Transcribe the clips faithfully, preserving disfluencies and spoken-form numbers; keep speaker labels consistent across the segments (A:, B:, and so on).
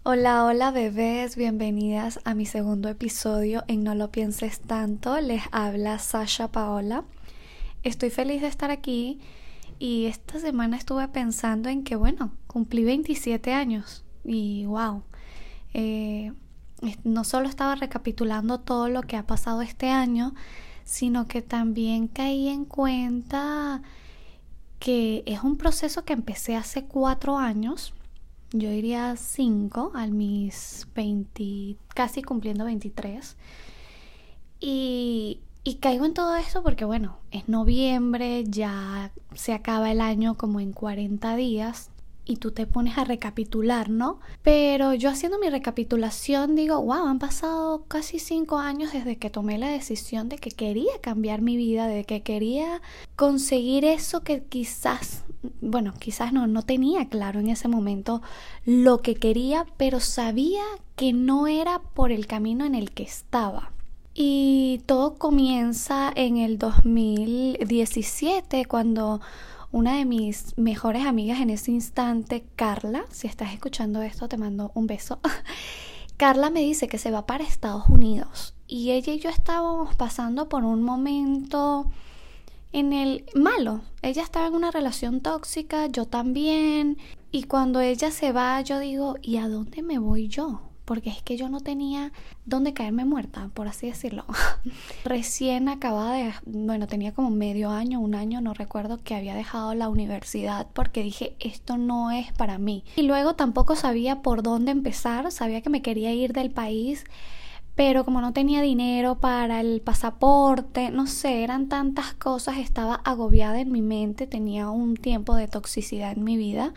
A: Hola, hola bebés, bienvenidas a mi segundo episodio en No lo pienses tanto. Les habla Sasha Paola. Estoy feliz de estar aquí y esta semana estuve pensando en que, bueno, cumplí veintisiete años y wow, eh, no solo estaba recapitulando todo lo que ha pasado este año, sino que también caí en cuenta que es un proceso que empecé hace cuatro años. Yo diría cinco, a mis veinte, casi cumpliendo veintitrés. Y, y caigo en todo esto porque, bueno, es noviembre, ya se acaba el año como en cuarenta días y tú te pones a recapitular, ¿no? Pero yo haciendo mi recapitulación digo, wow, han pasado casi cinco años desde que tomé la decisión de que quería cambiar mi vida, de que quería conseguir eso que quizás... Bueno, quizás no, no tenía claro en ese momento lo que quería, pero sabía que no era por el camino en el que estaba. Y todo comienza en el dos mil diecisiete, cuando una de mis mejores amigas en ese instante, Carla, si estás escuchando esto, te mando un beso. Carla me dice que se va para Estados Unidos y ella y yo estábamos pasando por un momento en el malo. Ella estaba en una relación tóxica, yo también, y cuando ella se va yo digo, ¿y a dónde me voy yo? Porque es que yo no tenía dónde caerme muerta, por así decirlo. Recién acababa de, bueno, tenía como medio año, un año, no recuerdo, que había dejado la universidad porque dije, esto no es para mí. Y luego tampoco sabía por dónde empezar, sabía que me quería ir del país, pero como no tenía dinero para el pasaporte, no sé, eran tantas cosas, estaba agobiada en mi mente, tenía un tiempo de toxicidad en mi vida,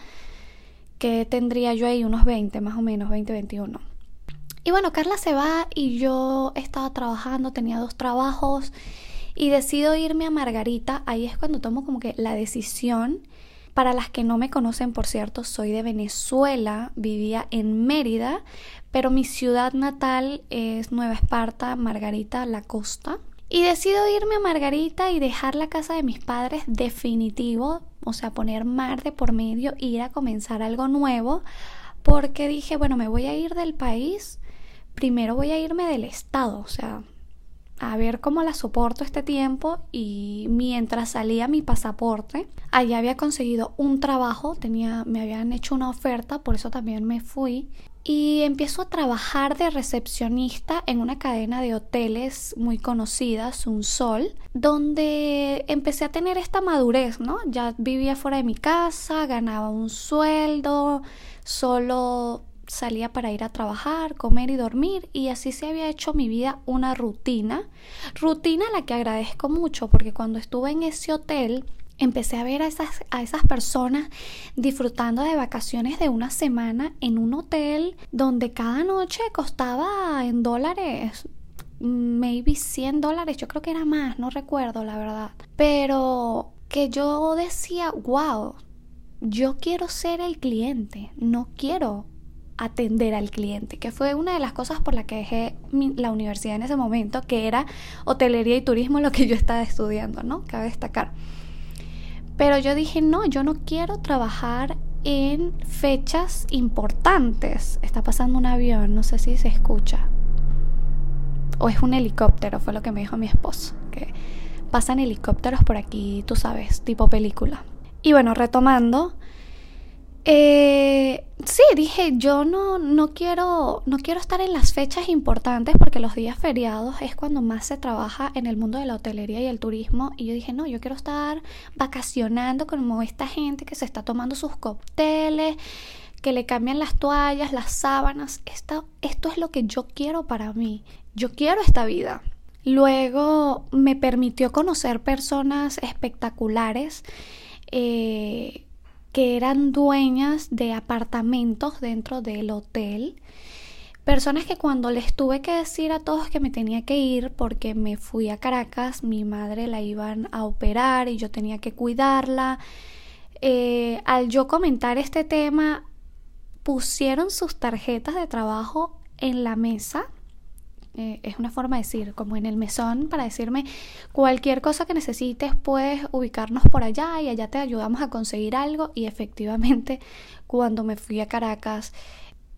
A: que tendría yo ahí unos veinte, más o menos, veinte, veintiuno. Y bueno, Carla se va y yo estaba trabajando, tenía dos trabajos y decido irme a Margarita. Ahí es cuando tomo como que la decisión. Para las que no me conocen, por cierto, soy de Venezuela, vivía en Mérida, pero mi ciudad natal es Nueva Esparta, Margarita, la costa. Y decido irme a Margarita y dejar la casa de mis padres definitivo, o sea, poner mar de por medio, ir a comenzar algo nuevo, porque dije, bueno, me voy a ir del país, primero voy a irme del estado, o sea, a ver cómo la soporto este tiempo. Y mientras salía mi pasaporte, allá había conseguido un trabajo, tenía, me habían hecho una oferta, por eso también me fui. Y empiezo a trabajar de recepcionista en una cadena de hoteles muy conocida, Sunsol, donde empecé a tener esta madurez, ¿no? Ya vivía fuera de mi casa, ganaba un sueldo, solo salía para ir a trabajar, comer y dormir, y así se había hecho mi vida una rutina, rutina a la que agradezco mucho, porque cuando estuve en ese hotel empecé a ver a esas, a esas personas disfrutando de vacaciones de una semana en un hotel donde cada noche costaba en dólares, maybe cien dólares, yo creo que era más, no recuerdo la verdad, pero que yo decía, wow, yo quiero ser el cliente, no quiero atender al cliente, que fue una de las cosas por las que dejé mi, la universidad en ese momento, que era hotelería y turismo, lo que yo estaba estudiando, ¿no? Cabe destacar. Pero yo dije, no, yo no quiero trabajar en fechas importantes. Está pasando un avión, no sé si se escucha. O es un helicóptero, fue lo que me dijo mi esposo, que pasan helicópteros por aquí, tú sabes, tipo película. Y bueno, retomando, Eh, sí, dije, yo no, no quiero, no quiero estar en las fechas importantes porque los días feriados es cuando más se trabaja en el mundo de la hotelería y el turismo. Y yo dije, no, yo quiero estar vacacionando como esta gente que se está tomando sus cócteles, que le cambian las toallas, las sábanas. Esto, esto es lo que yo quiero para mí. Yo quiero esta vida. Luego me permitió conocer personas espectaculares, eh... que eran dueñas de apartamentos dentro del hotel, personas que cuando les tuve que decir a todos que me tenía que ir porque me fui a Caracas, mi madre la iban a operar y yo tenía que cuidarla, eh, al yo comentar este tema pusieron sus tarjetas de trabajo en la mesa. Eh, es una forma de decir, como en el mesón, para decirme cualquier cosa que necesites puedes ubicarnos por allá y allá te ayudamos a conseguir algo. Y efectivamente, cuando me fui a Caracas,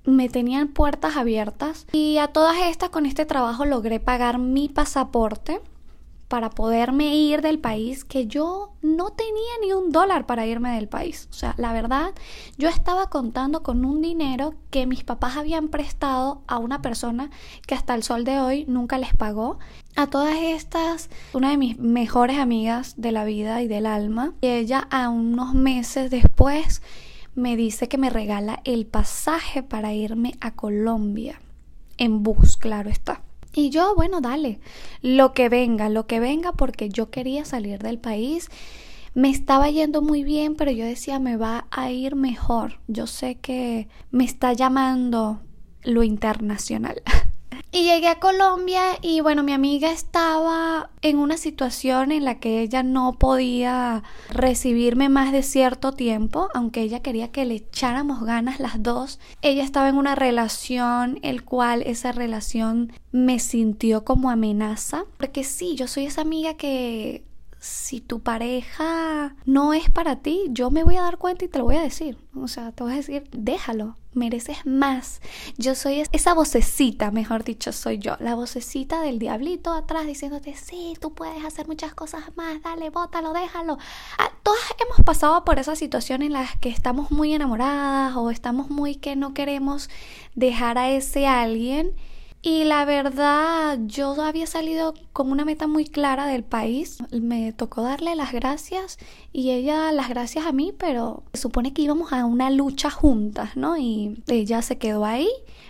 A: me tenían puertas abiertas y a todas estas con este trabajo logré pagar mi pasaporte para poderme ir del país, que yo no tenía ni un dólar para irme del país. O sea, la verdad, yo estaba contando con un dinero que mis papás habían prestado a una persona que hasta el sol de hoy nunca les pagó. A todas estas, una de mis mejores amigas de la vida y del alma, y ella a unos meses después me dice que me regala el pasaje para irme a Colombia, en bus, claro está. Y yo, bueno, dale, lo que venga, lo que venga, porque yo quería salir del país. Me estaba yendo muy bien, pero yo decía, me va a ir mejor. Yo sé que me está llamando lo internacional. Y llegué a Colombia y bueno, mi amiga estaba en una situación en la que ella no podía recibirme más de cierto tiempo, aunque ella quería que le echáramos ganas las dos. Ella estaba en una relación, el cual esa relación me sintió como amenaza, porque sí, yo soy esa amiga que si tu pareja no es para ti, yo me voy a dar cuenta y te lo voy a decir. O sea, te voy a decir, déjalo, mereces más. Yo soy esa vocecita, mejor dicho, soy yo, la vocecita del diablito atrás diciéndote, sí, tú puedes hacer muchas cosas más, dale, bótalo, déjalo. Ah, todas hemos pasado por esa situación en la que estamos muy enamoradas o estamos muy que no queremos dejar a ese alguien. Y la verdad, yo había salido con una meta muy clara del país. Me tocó darle las gracias y ella las gracias a mí, pero se supone que íbamos a una lucha juntas, ¿no? Y ella se quedó ahí,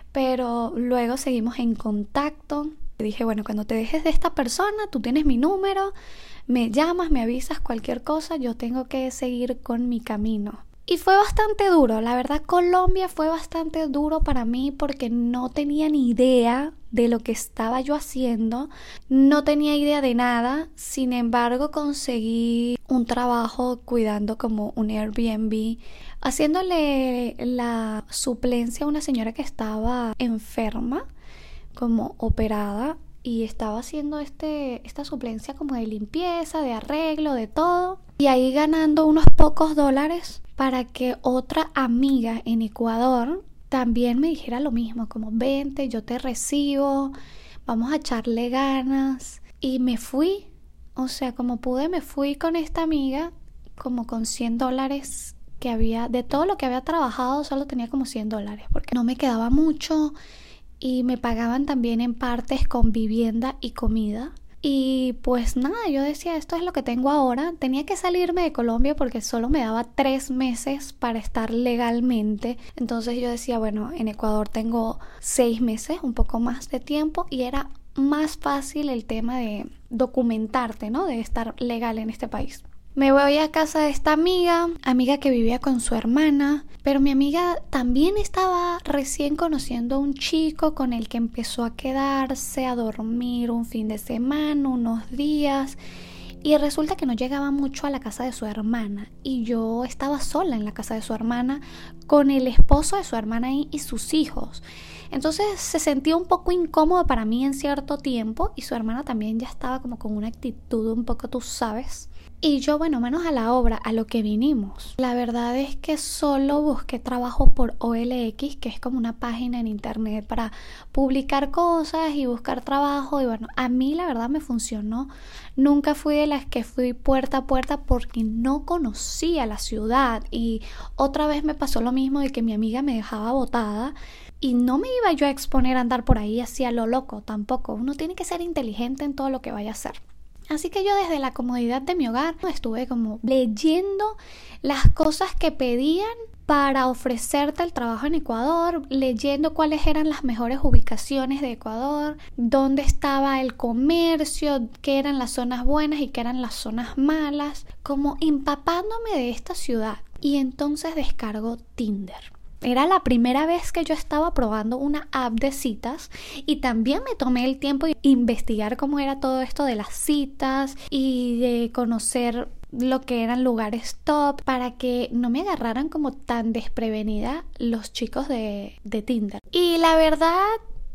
A: pero luego seguimos en contacto. Dije, bueno, cuando te dejes de esta persona, tú tienes mi número, me llamas, me avisas cualquier cosa, yo tengo que seguir con mi camino. Y fue bastante duro, la verdad Colombia fue bastante duro para mí porque no tenía ni idea de lo que estaba yo haciendo, no tenía idea de nada, sin embargo conseguí un trabajo cuidando como un Airbnb, haciéndole la suplencia a una señora que estaba enferma, como operada, y estaba haciendo este, esta suplencia como de limpieza, de arreglo, de todo, y ahí ganando unos pocos dólares para que otra amiga en Ecuador también me dijera lo mismo, como vente, yo te recibo, vamos a echarle ganas. Y me fui, o sea, como pude me fui con esta amiga, como con cien dólares que había, de todo lo que había trabajado solo tenía como cien dólares, porque no me quedaba mucho y me pagaban también en partes con vivienda y comida. Y pues nada, yo decía, esto es lo que tengo ahora. Tenía que salirme de Colombia porque solo me daba tres meses para estar legalmente. Entonces yo decía, bueno, en Ecuador tengo seis meses, un poco más de tiempo, y era más fácil el tema de documentarte, ¿no? De estar legal en este país. Me voy a casa de esta amiga, amiga que vivía con su hermana, pero mi amiga también estaba recién conociendo a un chico con el que empezó a quedarse, a dormir un fin de semana, unos días, y resulta que no llegaba mucho a la casa de su hermana, y yo estaba sola en la casa de su hermana con el esposo de su hermana ahí y sus hijos. Entonces se sentía un poco incómodo para mí en cierto tiempo, y su hermana también ya estaba como con una actitud un poco, tú sabes. Y yo, bueno, manos a la obra, a lo que vinimos. La verdad es que solo busqué trabajo por O L X, que es como una página en internet para publicar cosas y buscar trabajo. Y bueno, a mí la verdad me funcionó. Nunca fui de las que fui puerta a puerta porque no conocía la ciudad. Y otra vez me pasó lo mismo de que mi amiga me dejaba botada. Y no me iba yo a exponer a andar por ahí así a lo loco tampoco. Uno tiene que ser inteligente en todo lo que vaya a hacer. Así que yo desde la comodidad de mi hogar estuve como leyendo las cosas que pedían para ofrecerte el trabajo en Ecuador, leyendo cuáles eran las mejores ubicaciones de Ecuador, dónde estaba el comercio, qué eran las zonas buenas y qué eran las zonas malas, como empapándome de esta ciudad. Y entonces descargo Tinder. Era la primera vez que yo estaba probando una app de citas y también me tomé el tiempo de investigar cómo era todo esto de las citas y de conocer lo que eran lugares top para que no me agarraran como tan desprevenida los chicos de, de Tinder. Y la verdad,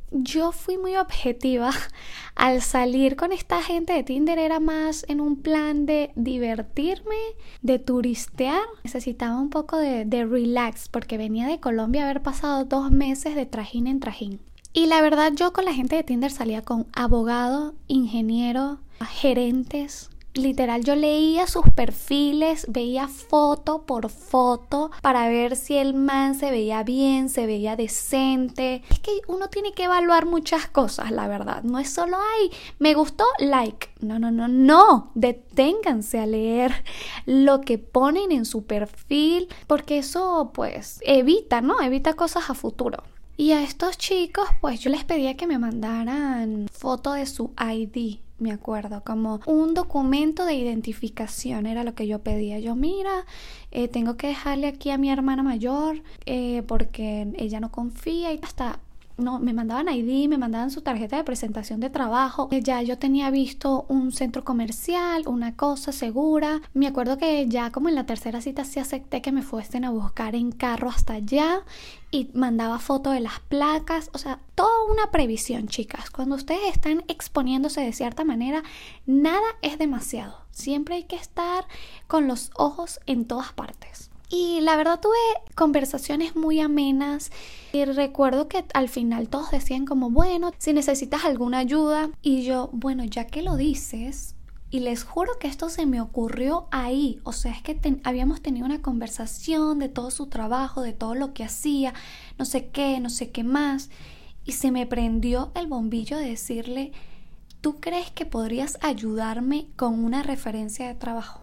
A: yo fui muy objetiva. Al salir con esta gente de Tinder era más en un plan de divertirme, de turistear. Necesitaba un poco de, de relax porque venía de Colombia a haber pasado dos meses de trajín en trajín. Y la verdad, yo con la gente de Tinder salía con abogado, ingeniero, gerentes. Literal, yo leía sus perfiles, veía foto por foto para ver si el man se veía bien, se veía decente. Es que uno tiene que evaluar muchas cosas, la verdad. No es solo, ay, me gustó, like. No, no, no, no. Deténganse a leer lo que ponen en su perfil, porque eso, pues, evita, ¿no? Evita cosas a futuro. Y a estos chicos, pues, yo les pedía que me mandaran foto de su I D. Me acuerdo, como un documento de identificación era lo que yo pedía. Yo, mira, eh, tengo que dejarle aquí a mi hermana mayor eh, porque ella no confía y hasta... No, me mandaban I D, me mandaban su tarjeta de presentación de trabajo. Ya yo tenía visto un centro comercial, una cosa segura. Me acuerdo que ya como en la tercera cita sí acepté que me fuesen a buscar en carro hasta allá y mandaba foto de las placas. O sea, toda una previsión, chicas. Cuando ustedes están exponiéndose de cierta manera, nada es demasiado. Siempre hay que estar con los ojos en todas partes. Y la verdad tuve conversaciones muy amenas y recuerdo que al final todos decían como, bueno, si necesitas alguna ayuda. Y yo, bueno, ya que lo dices, y les juro que esto se me ocurrió ahí. O sea, es que ten, habíamos tenido una conversación de todo su trabajo, de todo lo que hacía, no sé qué, no sé qué más. Y se me prendió el bombillo de decirle, ¿tú crees que podrías ayudarme con una referencia de trabajo?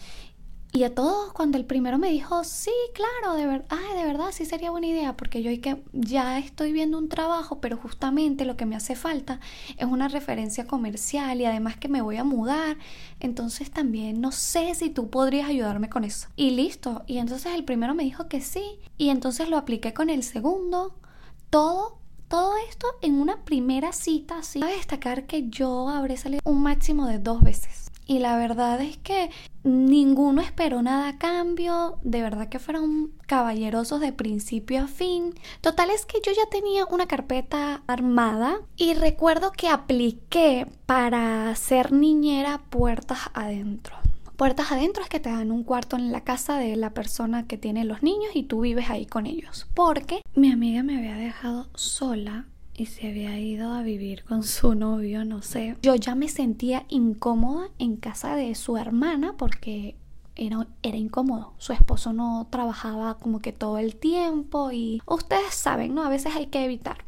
A: Y a todos, cuando el primero me dijo, sí, claro, de verdad, ay, de verdad, sí sería buena idea, porque yo que ya estoy viendo un trabajo, pero justamente lo que me hace falta es una referencia comercial y además que me voy a mudar, entonces también no sé si tú podrías ayudarme con eso. Y listo, y entonces el primero me dijo que sí, y entonces lo apliqué con el segundo, todo Todo esto en una primera cita. Sí, cabe destacar que yo habré salido un máximo de dos veces. Y la verdad es que ninguno esperó nada a cambio. De verdad que fueron caballerosos de principio a fin. Total es que yo ya tenía una carpeta armada. Y recuerdo que apliqué para ser niñera puertas adentro. Puertas adentro es que te dan un cuarto en la casa de la persona que tiene los niños y tú vives ahí con ellos. Porque mi amiga me había dejado sola y se había ido a vivir con su novio, no sé. Yo ya me sentía incómoda en casa de su hermana porque era, era incómodo. Su esposo no trabajaba como que todo el tiempo y ustedes saben, ¿no? A veces hay que evitar.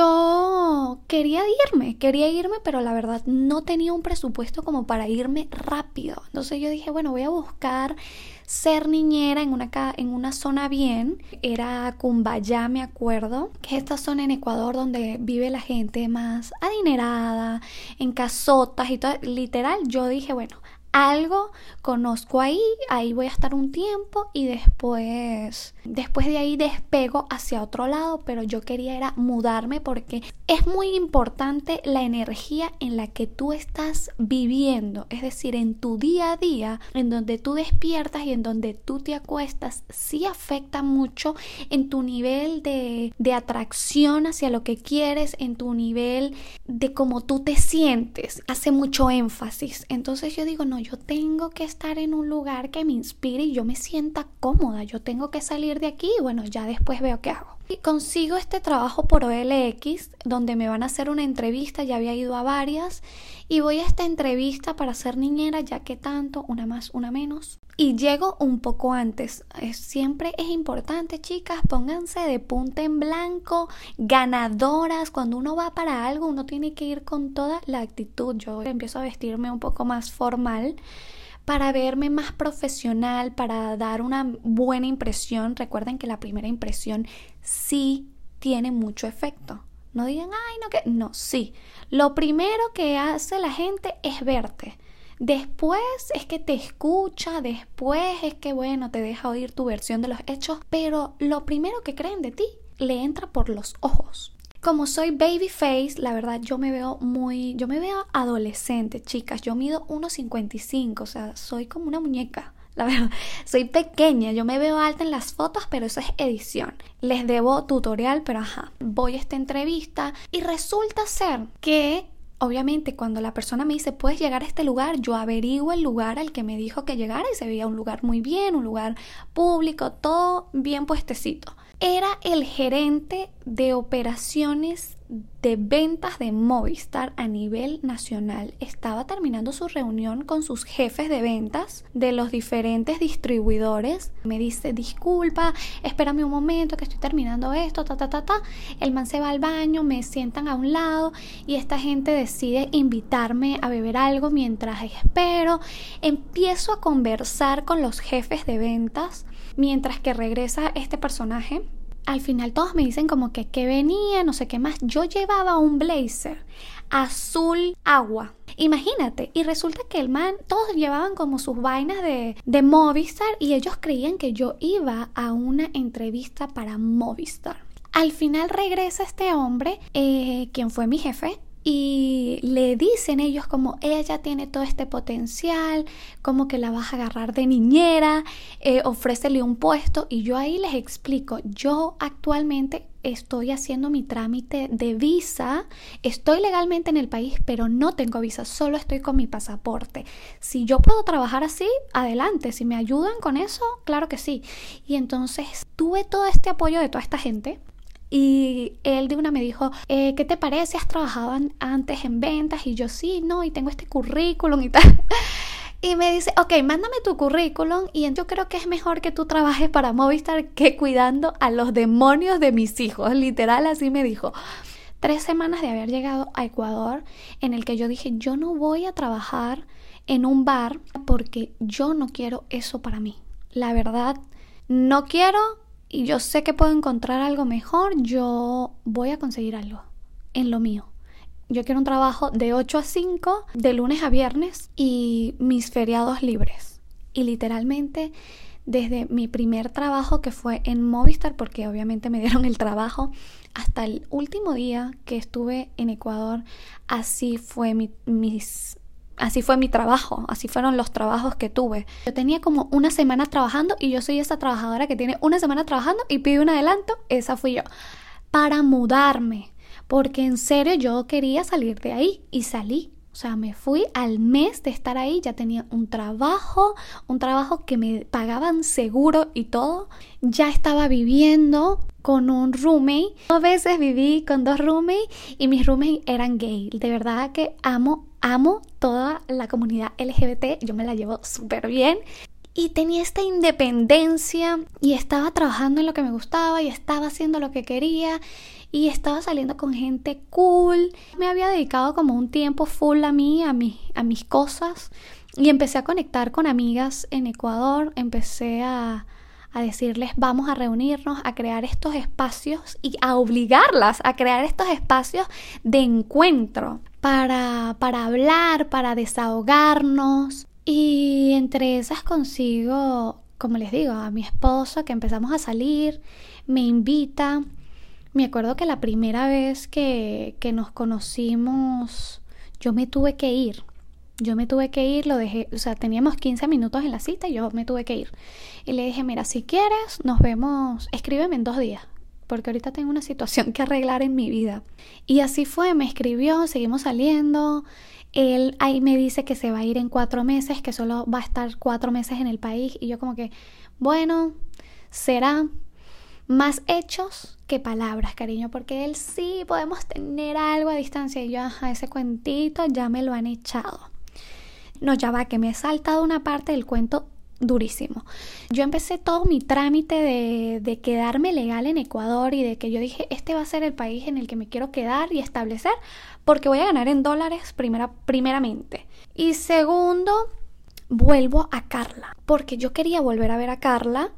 A: Yo quería irme, quería irme, pero la verdad no tenía un presupuesto como para irme rápido. Entonces yo dije, bueno, voy a buscar ser niñera en una, en una zona bien. Era Cumbayá, me acuerdo, que es esta zona en Ecuador donde vive la gente más adinerada, en casotas y todo. Literal, yo dije, bueno, algo conozco ahí, ahí voy a estar un tiempo y después, después de ahí despego hacia otro lado, pero yo quería era mudarme porque es muy importante la energía en la que tú estás viviendo, es decir, en tu día a día, en donde tú despiertas y en donde tú te acuestas, sí afecta mucho en tu nivel de, de atracción hacia lo que quieres, en tu nivel de cómo tú te sientes, hace mucho énfasis. Entonces yo digo, no, yo tengo que estar en un lugar que me inspire y yo me sienta cómoda. Yo tengo que salir de aquí y bueno, ya después veo qué hago. Y consigo este trabajo por O L X donde me van a hacer una entrevista. Ya había ido a varias y voy a esta entrevista para ser niñera, ya que tanto, una más, una menos. Y llego un poco antes. Es, siempre es importante, chicas, pónganse de punta en blanco, ganadoras. Cuando uno va para algo, uno tiene que ir con toda la actitud. Yo empiezo a vestirme un poco más formal para verme más profesional, para dar una buena impresión. Recuerden que la primera impresión sí tiene mucho efecto. No digan, ay, no, que no, sí. Lo primero que hace la gente es verte. Después es que te escucha, después es que, bueno, te deja oír tu versión de los hechos, pero lo primero que creen de ti le entra por los ojos. Como soy babyface, la verdad yo me veo muy, yo me veo adolescente, chicas. Yo mido uno cincuenta y cinco, o sea, soy como una muñeca. La verdad, soy pequeña, yo me veo alta en las fotos, pero eso es edición. Les debo tutorial, pero ajá, voy a esta entrevista y resulta ser que, obviamente, cuando la persona me dice, puedes llegar a este lugar, yo averiguo el lugar al que me dijo que llegara y se veía un lugar muy bien, un lugar público, todo bien puestecito. Era el gerente de operaciones de ventas de Movistar a nivel nacional. Estaba terminando su reunión con sus jefes de ventas de los diferentes distribuidores. Me dice, disculpa, espérame un momento que estoy terminando esto, ta, ta, ta, ta. El man se va al baño, me sientan a un lado y esta gente decide invitarme a beber algo mientras espero. Empiezo a conversar con los jefes de ventas mientras que regresa este personaje. Al final todos me dicen como que, que venía, no sé qué más. Yo llevaba un blazer azul agua. Imagínate. Y resulta que el man, todos llevaban como sus vainas de, de Movistar y ellos creían que yo iba a una entrevista para Movistar. Al final regresa este hombre, eh, quien fue mi jefe, y le dicen ellos como ella tiene todo este potencial, como que la vas a agarrar de niñera, eh, ofrécele un puesto. Y yo ahí les explico, yo actualmente estoy haciendo mi trámite de visa, estoy legalmente en el país, pero no tengo visa, solo estoy con mi pasaporte. Si yo puedo trabajar así, adelante, si me ayudan con eso, claro que sí. Y entonces tuve todo este apoyo de toda esta gente. Y él de una me dijo, eh, ¿qué te parece? ¿Has trabajado an- antes en ventas? Y yo, sí, no, y tengo este currículum y tal. Y me dice, ok, mándame tu currículum y yo creo que es mejor que tú trabajes para Movistar que cuidando a los demonios de mis hijos. Literal, así me dijo. Tres semanas de haber llegado a Ecuador, en el que yo dije, yo no voy a trabajar en un bar porque yo no quiero eso para mí. La verdad, no quiero... Y yo sé que puedo encontrar algo mejor, yo voy a conseguir algo en lo mío. Yo quiero un trabajo de ocho a cinco, de lunes a viernes y mis feriados libres. Y literalmente desde mi primer trabajo que fue en Movistar, porque obviamente me dieron el trabajo, hasta el último día que estuve en Ecuador, así fue mi, mis... Así fue mi trabajo, así fueron los trabajos que tuve. Yo tenía como una semana trabajando y yo soy esa trabajadora que tiene una semana trabajando y pide un adelanto, esa fui yo. Para mudarme, porque en serio yo quería salir de ahí y salí. O sea, me fui al mes de estar ahí, ya tenía un trabajo, un trabajo que me pagaban seguro y todo. Ya estaba viviendo con un roommate. Dos veces viví con dos roommates y mis roommates eran gay. De verdad que amo, amo toda la comunidad L G B T. Yo me la llevo súper bien. Y tenía esta independencia y estaba trabajando en lo que me gustaba y estaba haciendo lo que quería y estaba saliendo con gente cool. Me había dedicado como un tiempo full a mí, a, mi, a mis cosas y empecé a conectar con amigas en Ecuador. Empecé a, a decirles vamos a reunirnos, a crear estos espacios y a obligarlas a crear estos espacios de encuentro para, para hablar, para desahogarnos. Y entre esas consigo, como les digo, a mi esposo, que empezamos a salir, me invita. Me acuerdo que la primera vez que, que nos conocimos, yo me tuve que ir. Yo me tuve que ir, lo dejé, o sea, teníamos quince minutos en la cita y yo me tuve que ir. Y le dije, mira, si quieres, nos vemos, escríbeme en dos días, porque ahorita tengo una situación que arreglar en mi vida. Y así fue, me escribió, seguimos saliendo. Él ahí me dice que se va a ir en cuatro meses, que solo va a estar cuatro meses en el país. Y yo como que, bueno, será más hechos que palabras, cariño, porque él sí podemos tener algo a distancia. Y yo, ajá, ese cuentito ya me lo han echado. No, ya va, que me he saltado una parte del cuento durísimo. Yo empecé todo mi trámite de, de quedarme legal en Ecuador y de que yo dije, este va a ser el país en el que me quiero quedar y establecer porque voy a ganar en dólares primera, primeramente. Y segundo, vuelvo a Carla, porque yo quería volver a ver a Carla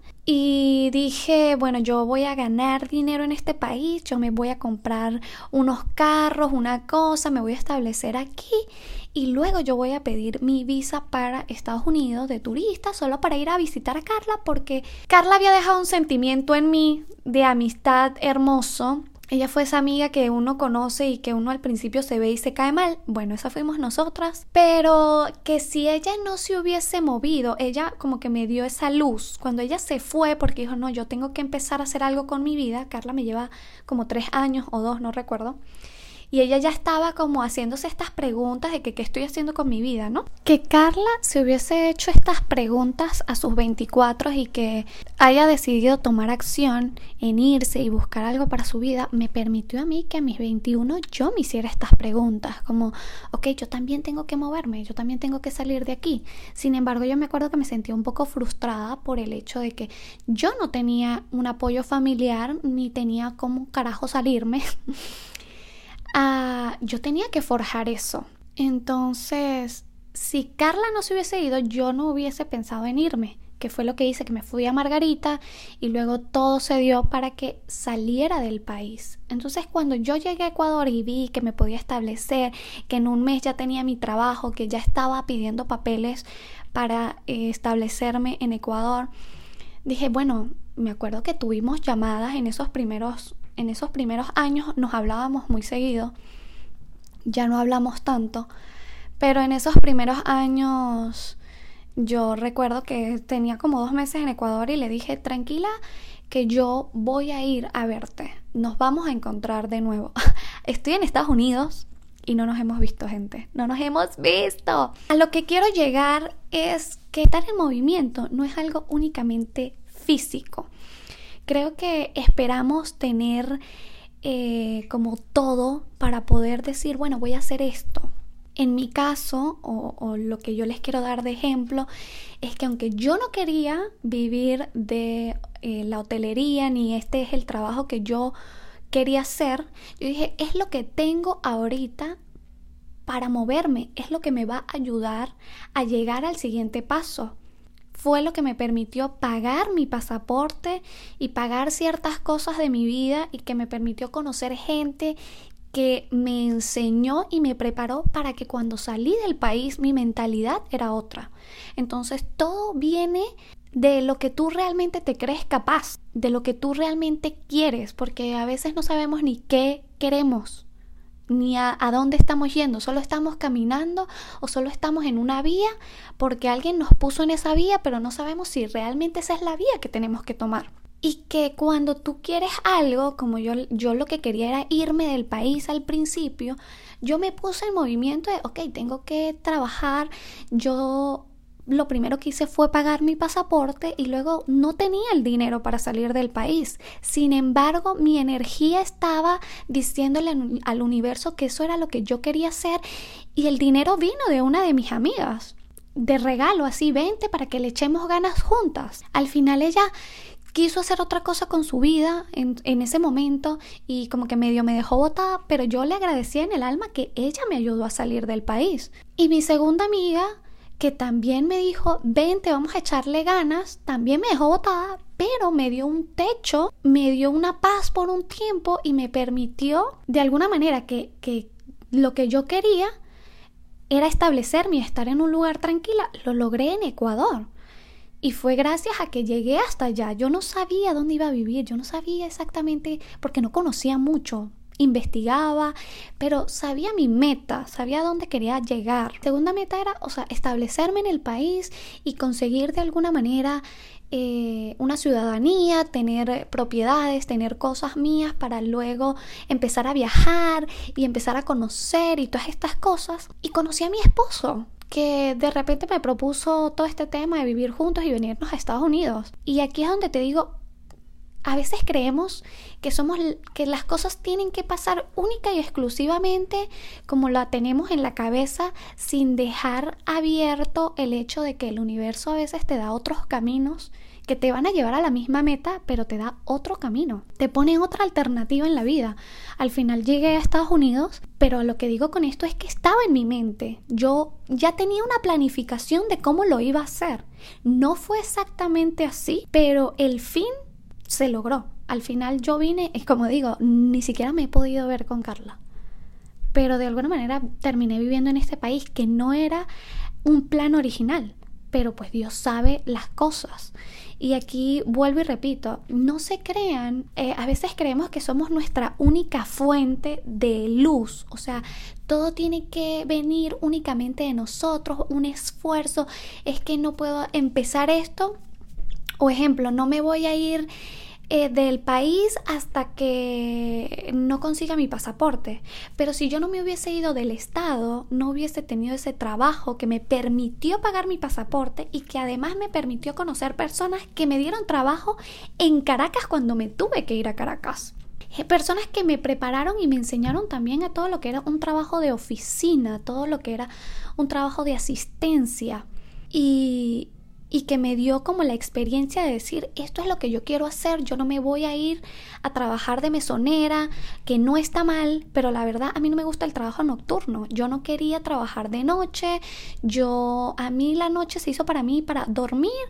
A: y dije, bueno, yo voy a ganar dinero en este país, yo me voy a comprar unos carros, una cosa, me voy a establecer aquí y luego yo voy a pedir mi visa para Estados Unidos de turista solo para ir a visitar a Carla, porque Carla había dejado un sentimiento en mí de amistad hermoso Ella fue esa amiga que uno conoce y que uno al principio se ve y se cae mal. Bueno, esa fuimos nosotras. Pero que si ella no se hubiese movido, ella como que me dio esa luz. Cuando ella se fue porque dijo, no, yo tengo que empezar a hacer algo con mi vida. Carla me lleva como tres años o dos, no recuerdo. Y ella ya estaba como haciéndose estas preguntas de que qué estoy haciendo con mi vida, ¿no? Que Carla se hubiese hecho estas preguntas a sus veinticuatro y que haya decidido tomar acción en irse y buscar algo para su vida, me permitió a mí que a mis veintiuno yo me hiciera estas preguntas, como, ok, yo también tengo que moverme, yo también tengo que salir de aquí. Sin embargo, yo me acuerdo que me sentía un poco frustrada por el hecho de que yo no tenía un apoyo familiar ni tenía cómo carajo salirme. Uh, yo tenía que forjar eso. Entonces, si Carla no se hubiese ido, yo no hubiese pensado en irme, que fue lo que hice, que me fui a Margarita y luego todo se dio para que saliera del país. Entonces, cuando yo llegué a Ecuador y vi que me podía establecer, que en un mes ya tenía mi trabajo, que ya estaba pidiendo papeles para eh, establecerme en Ecuador, dije, bueno, me acuerdo que tuvimos llamadas en esos primeros En esos primeros años, nos hablábamos muy seguido, ya no hablamos tanto, pero en esos primeros años yo recuerdo que tenía como dos meses en Ecuador y le dije, tranquila, que yo voy a ir a verte, nos vamos a encontrar de nuevo. Estoy en Estados Unidos y no nos hemos visto, gente, no nos hemos visto. A lo que quiero llegar es que estar en movimiento no es algo únicamente físico. Creo que esperamos tener eh, como todo para poder decir, bueno, voy a hacer esto. En mi caso, o, o lo que yo les quiero dar de ejemplo, es que aunque yo no quería vivir de eh, la hotelería, ni este es el trabajo que yo quería hacer, yo dije, es lo que tengo ahorita para moverme, es lo que me va a ayudar a llegar al siguiente paso. Fue lo que me permitió pagar mi pasaporte y pagar ciertas cosas de mi vida y que me permitió conocer gente que me enseñó y me preparó para que cuando salí del país mi mentalidad era otra. Entonces todo viene de lo que tú realmente te crees capaz, de lo que tú realmente quieres, porque a veces no sabemos ni qué queremos, ni a, a dónde estamos yendo, solo estamos caminando o solo estamos en una vía porque alguien nos puso en esa vía, pero no sabemos si realmente esa es la vía que tenemos que tomar. Y que cuando tú quieres algo, como yo, yo lo que quería era irme del país al principio, yo me puse en movimiento de, ok, tengo que trabajar, yo lo primero que hice fue pagar mi pasaporte y luego no tenía el dinero para salir del país. Sin embargo, mi energía estaba diciéndole al universo que eso era lo que yo quería hacer y el dinero vino de una de mis amigas, de regalo, así, vente para que le echemos ganas juntas. Al final ella quiso hacer otra cosa con su vida en, en ese momento y como que medio me dejó botada, pero yo le agradecía en el alma que ella me ayudó a salir del país. Y mi segunda amiga, que también me dijo, vente, vamos a echarle ganas, también me dejó botada, pero me dio un techo, me dio una paz por un tiempo y me permitió de alguna manera que, que lo que yo quería era establecerme y estar en un lugar tranquila. Lo logré en Ecuador y fue gracias a que llegué hasta allá. Yo no sabía dónde iba a vivir, yo no sabía exactamente porque no conocía mucho. Investigaba, pero sabía mi meta, sabía dónde quería llegar. Segunda meta era, o sea, establecerme en el país y conseguir de alguna manera eh, una ciudadanía, tener propiedades, tener cosas mías para luego empezar a viajar y empezar a conocer y todas estas cosas. Y conocí a mi esposo, que de repente me propuso todo este tema de vivir juntos y venirnos a Estados Unidos. Y aquí es donde te digo, a veces creemos que somos que las cosas tienen que pasar única y exclusivamente como la tenemos en la cabeza, sin dejar abierto el hecho de que el universo a veces te da otros caminos que te van a llevar a la misma meta, pero te da otro camino, te pone otra alternativa en la vida. Al final llegué a Estados Unidos, pero lo que digo con esto es que estaba en mi mente. Yo ya tenía una planificación de cómo lo iba a hacer. No fue exactamente así, pero el fin se logró. Al final yo vine, es como digo, ni siquiera me he podido ver con Carla. Pero de alguna manera terminé viviendo en este país que no era un plan original. pero pues Dios sabe las cosas. Y aquí vuelvo y repito, no se crean, eh, a veces creemos que somos nuestra única fuente de luz, o sea, todo tiene que venir únicamente de nosotros, un esfuerzo, es que no puedo empezar esto, o ejemplo, no me voy a ir Eh, del país hasta que no consiga mi pasaporte. Pero si yo no me hubiese ido del estado, no hubiese tenido ese trabajo que me permitió pagar mi pasaporte y que además me permitió conocer personas que me dieron trabajo en Caracas cuando me tuve que ir a Caracas. Personas que me prepararon y me enseñaron también a todo lo que era un trabajo de oficina, todo lo que era un trabajo de asistencia. Y... y que me dio como la experiencia de decir, esto es lo que yo quiero hacer, yo no me voy a ir a trabajar de mesonera, que no está mal, pero la verdad a mí no me gusta el trabajo nocturno, yo no quería trabajar de noche, yo, a mí la noche se hizo para mí para dormir,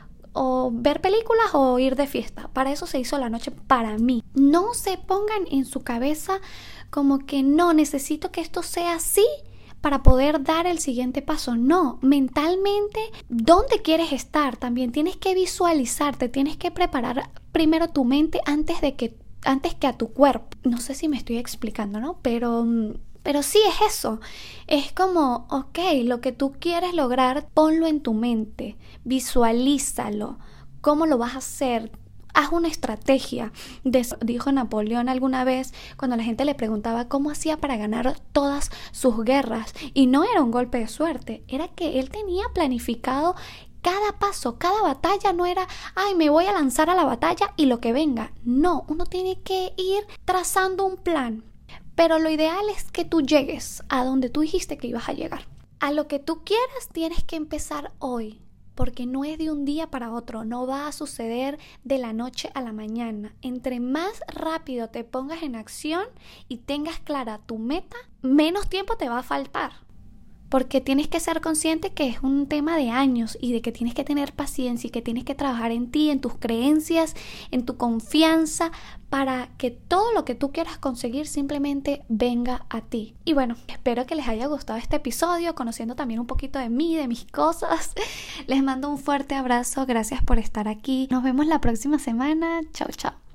A: o ver películas o ir de fiesta, para eso se hizo la noche para mí. No se pongan en su cabeza como que no, necesito que esto sea así para poder dar el siguiente paso. No, mentalmente, ¿dónde quieres estar? También tienes que visualizarte, tienes que preparar primero tu mente antes de que, antes que a tu cuerpo. No sé si me estoy explicando, ¿no? Pero, pero sí es eso. Es como, ok, lo que tú quieres lograr, ponlo en tu mente, visualízalo. ¿Cómo lo vas a hacer? Haz una estrategia. Dijo Napoleón alguna vez cuando la gente le preguntaba cómo hacía para ganar todas sus guerras. Y no era un golpe de suerte, era que él tenía planificado cada paso, cada batalla. No era, ay, me voy a lanzar a la batalla y lo que venga. No, uno tiene que ir trazando un plan. Pero lo ideal es que tú llegues a donde tú dijiste que ibas a llegar. A lo que tú quieras tienes que empezar hoy. Porque no es de un día para otro, no va a suceder de la noche a la mañana. Entre más rápido te pongas en acción y tengas clara tu meta, menos tiempo te va a faltar. Porque tienes que ser consciente que es un tema de años y de que tienes que tener paciencia y que tienes que trabajar en ti, en tus creencias, en tu confianza, para que todo lo que tú quieras conseguir simplemente venga a ti. Y bueno, espero que les haya gustado este episodio, conociendo también un poquito de mí, de mis cosas. Les mando un fuerte abrazo, gracias por estar aquí. Nos vemos la próxima semana. Chao, chao.